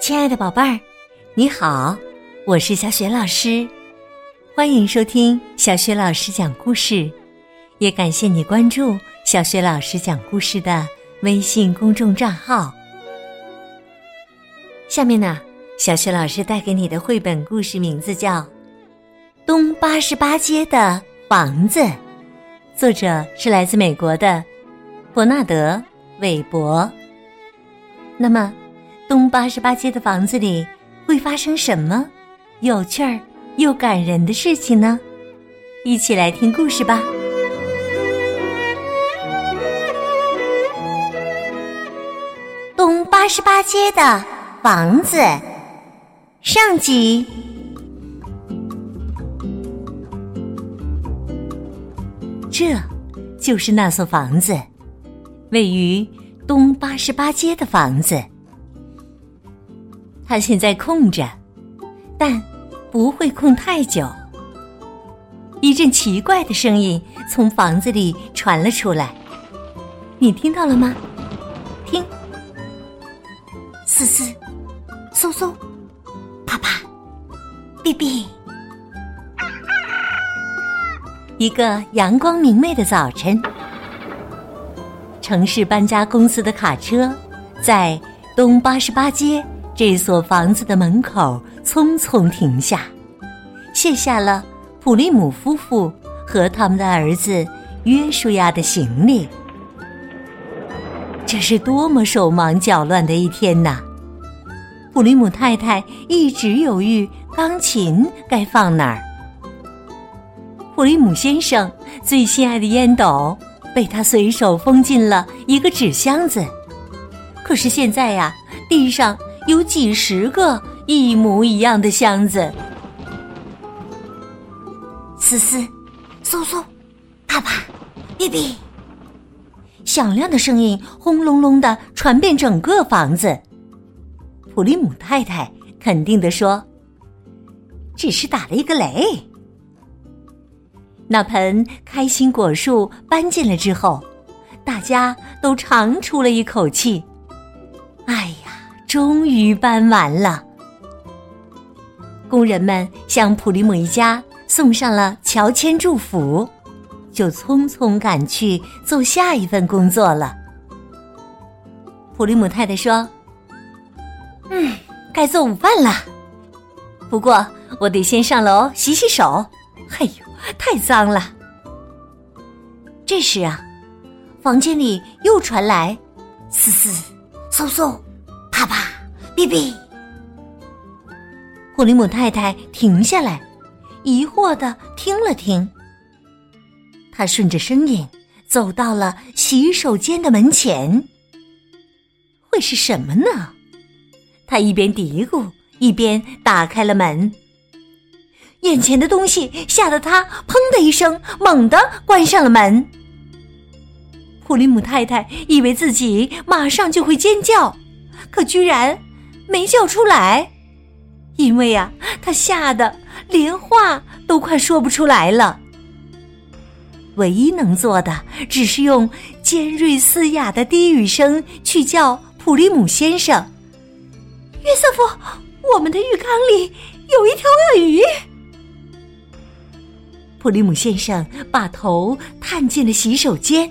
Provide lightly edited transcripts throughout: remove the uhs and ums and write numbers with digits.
亲爱的宝贝儿，你好，我是小雪老师，欢迎收听小雪老师讲故事，也感谢你关注小雪老师讲故事的微信公众账号。下面呢，小雪老师带给你的绘本故事名字叫《东88街的房子》，作者是来自美国的伯纳德·韦伯。那么东88街的房子里会发生什么有趣儿又感人的事情呢？一起来听故事吧。东88街的房子上集。这就是那所房子，位于东88街的房子。它现在空着，但不会空太久。一阵奇怪的声音从房子里传了出来，你听到了吗？听，嘶嘶，嗖嗖，啪啪，哔哔。一个阳光明媚的早晨，城市搬家公司的卡车在东88街这所房子的门口匆匆停下，卸下了普利姆夫妇和他们的儿子约书亚的行李。这是多么手忙脚乱的一天呐！普利姆太太一直犹豫钢琴该放哪儿。普利姆先生最心爱的烟斗被他随手封进了一个纸箱子，可是现在呀，地上有几十个一模一样的箱子。嘶嘶，嗖嗖，啪啪，哔哔，响亮的声音轰隆隆地传遍整个房子。普利姆太太肯定地说：“只是打了一个雷。”那盆开心果树搬进了之后，大家都长出了一口气。哎呀，终于搬完了。工人们向普利姆一家送上了乔迁祝福，就匆匆赶去做下一份工作了。普利姆太太说：“该做午饭了，不过我得先上楼洗洗手。哎呦，太脏了。”这时啊，房间里又传来嘶嘶，嗖嗖，啪啪，哔哔。普利姆太太停下来，疑惑地听了听。她顺着声音走到了洗手间的门前。会是什么呢？她一边嘀咕，一边打开了门。眼前的东西吓得她砰的一声猛地关上了门。普利姆太太以为自己马上就会尖叫，可居然没叫出来，因为啊，她吓得连话都快说不出来了。唯一能做的只是用尖锐嘶哑的低语声去叫普利姆先生：“约瑟夫，我们的浴缸里有一条鳄鱼。”普利姆先生把头探进了洗手间，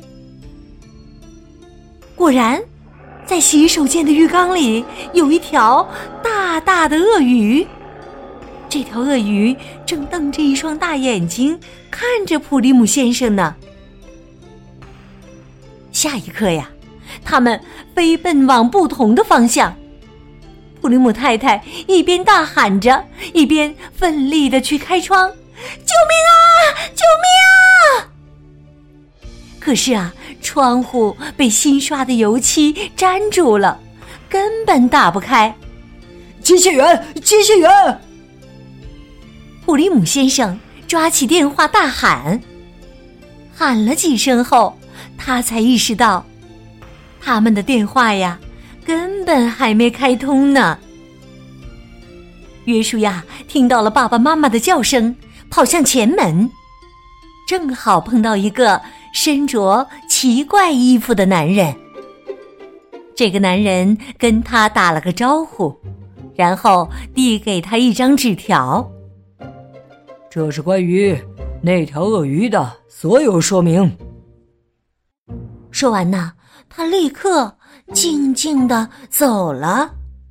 果然在洗手间的浴缸里有一条大大的鳄鱼。这条鳄鱼正瞪着一双大眼睛看着普利姆先生呢。下一刻呀，他们飞奔往不同的方向。普利姆太太一边大喊着，一边奋力地去开窗：“救命啊！救命啊！”可是啊，窗户被新刷的油漆粘住了，根本打不开。 机器人，机器人！ 普利姆先生抓起电话大喊，喊了几声后，他才意识到，他们的电话呀，根本还没开通呢。约书亚听到了爸爸妈妈的叫声，跑向前门，正好碰到一个身着奇怪衣服的男人。这个男人跟他打了个招呼， 然后递给他一张纸条。 这是关于那条鳄鱼的所有说明。 说完呢，他立刻静静地走了。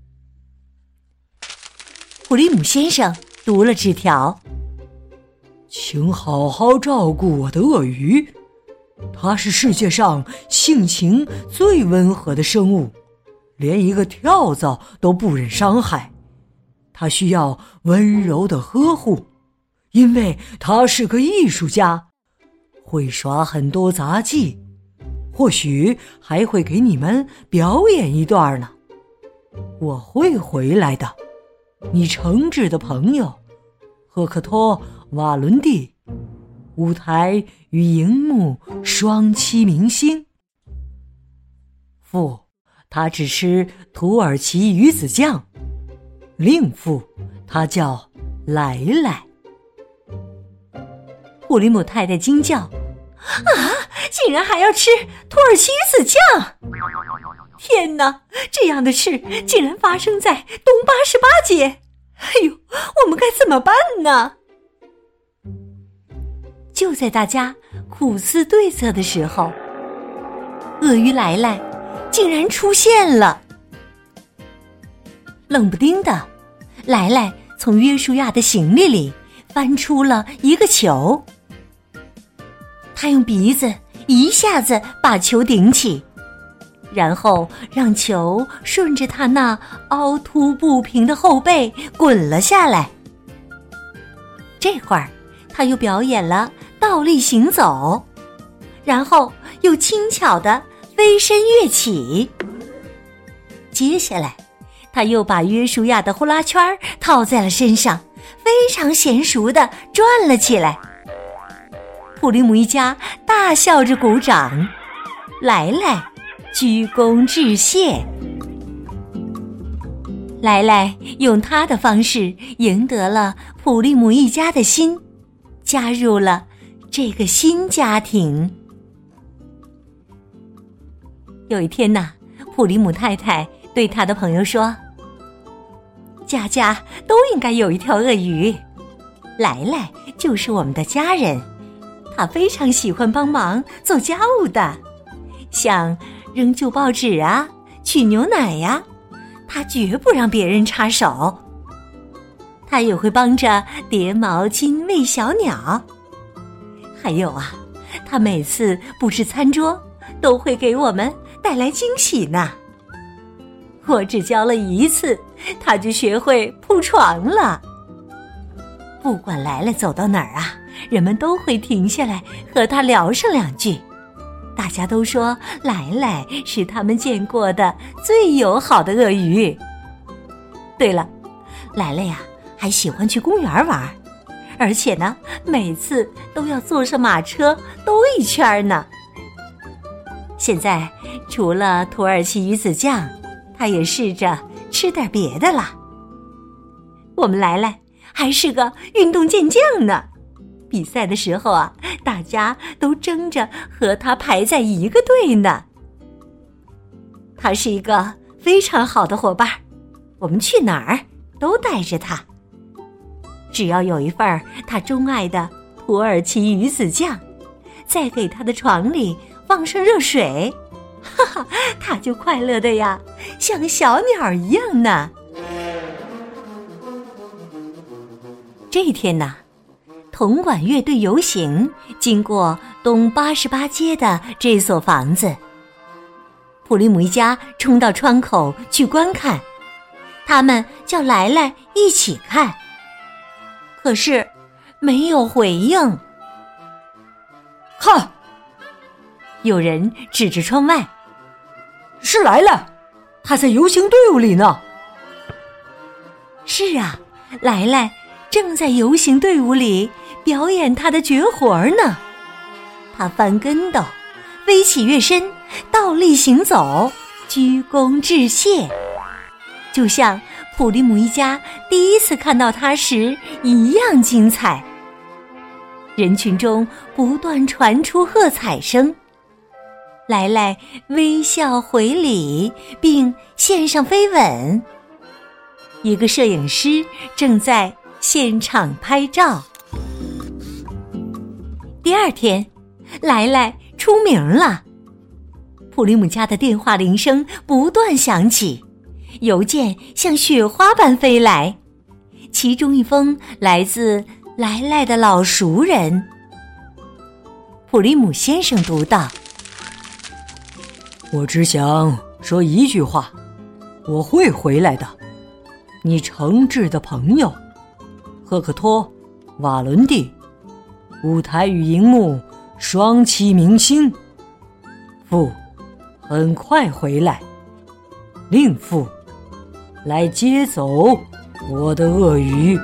普利姆先生读了纸条： 请好好照顾我的鳄鱼，它是世界上性情最温和的生物，连一个跳蚤都不忍伤害。它需要温柔的呵护，因为他是个艺术家，会耍很多杂技，或许还会给你们表演一段呢。我会回来的，你诚挚的朋友赫克托·瓦伦蒂，舞台与荧幕双栖明星。父，他只吃土耳其鱼子酱；另父，他叫莱莱。 普利姆太太惊叫：啊，竟然还要吃土耳其鱼子酱！天哪，这样的事竟然发生在东88街！哎呦，我们该怎么办呢？就在大家苦思对策的时候，鳄鱼莱莱竟然出现了。冷不丁的，莱莱从约书亚的行李里翻出了一个球，他用鼻子一下子把球顶起，然后让球顺着他那凹凸不平的后背滚了下来。这会儿他又表演了倒立行走，然后又轻巧地飞身跃起。接下来他又把约书亚的呼啦圈套在了身上，非常娴熟地转了起来。普利姆一家大笑着鼓掌，莱莱鞠躬致谢。莱莱用他的方式赢得了普利姆一家的心，加入了这个新家庭。有一天呢，普利姆太太对他的朋友说：家家都应该有一条鳄鱼，莱莱就是我们的家人，他非常喜欢帮忙做家务的，像扔旧报纸啊，取牛奶呀，他绝不让别人插手。他也会帮着叠毛巾、喂小鸟。还有啊，他每次布置餐桌都会给我们带来惊喜呢。我只教了一次，他就学会铺床了。不管莱莱走到哪儿啊，人们都会停下来和他聊上两句。大家都说莱莱是他们见过的最友好的鳄鱼。对了，莱莱呀，还喜欢去公园玩，而且呢，每次都要坐上马车兜一圈呢。现在除了土耳其鱼子酱，他也试着吃点别的啦。我们莱莱还是个运动健将呢，比赛的时候啊，大家都争着和他排在一个队呢。他是一个非常好的伙伴，我们去哪儿都带着他。只要有一份他钟爱的土耳其鱼子酱，再给他的床里放上热水，哈哈，他就快乐的呀，像小鸟一样呢。这一天呢，铜管乐队游行经过东88街的这所房子，普利姆一家冲到窗口去观看，他们叫莱莱一起看，可是没有回应。 看， 有人指着窗外， 是莱莱，他在游行队伍里呢。 是啊，莱莱正在游行队伍里表演他的绝活呢。他翻跟斗，飞起跃身，倒立行走，鞠躬致谢，就像普利姆一家第一次看到他时一样精彩。人群中不断传出喝彩声，莱莱微笑回礼，并献上飞吻。 一个摄影师正在现场拍照。第二天，莱莱出名了。普利姆家的电话铃声不断响起，邮件像雪花般飞来，其中一封来自莱莱的老熟人。普利姆先生读道： 我只想说一句话，我会回来的。你诚挚的朋友，赫克托·瓦伦蒂，舞台与荧幕双栖明星。父，很快回来。令父，来接走我的鳄鱼。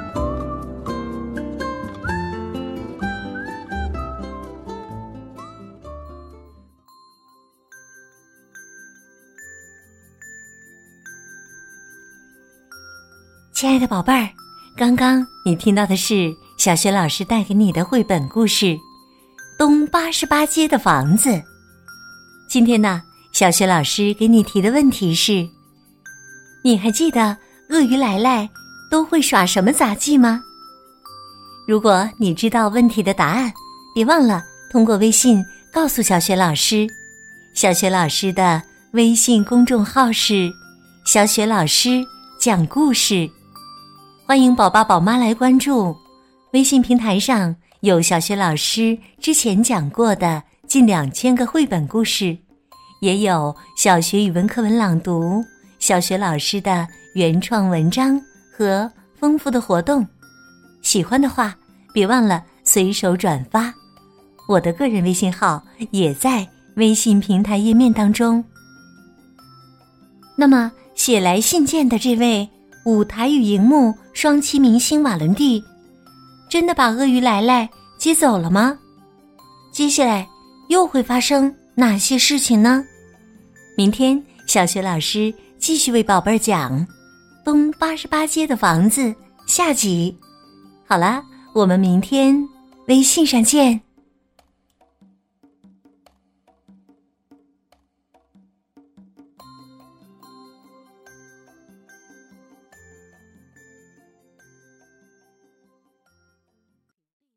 亲爱的宝贝儿，刚刚你听到的是小学老师带给你的绘本故事《东88街的房子》。今天呢，小学老师给你提的问题是：你还记得鳄鱼莱莱都会耍什么杂技吗？如果你知道问题的答案，别忘了通过微信告诉小学老师。小学老师的微信公众号是小学老师讲故事，欢迎宝爸宝妈来关注。微信平台上有小学老师之前讲过的近2000个绘本故事，也有小学语文课文朗读、小学老师的原创文章和丰富的活动。喜欢的话，别忘了随手转发。我的个人微信号也在微信平台页面当中。那么写来信件的这位舞台与荧幕双栖明星瓦伦蒂，真的把鳄鱼莱莱接走了吗？接下来又会发生哪些事情呢？明天小学老师继续为宝贝儿讲东88街的房子下集。好啦，我们明天微信上见。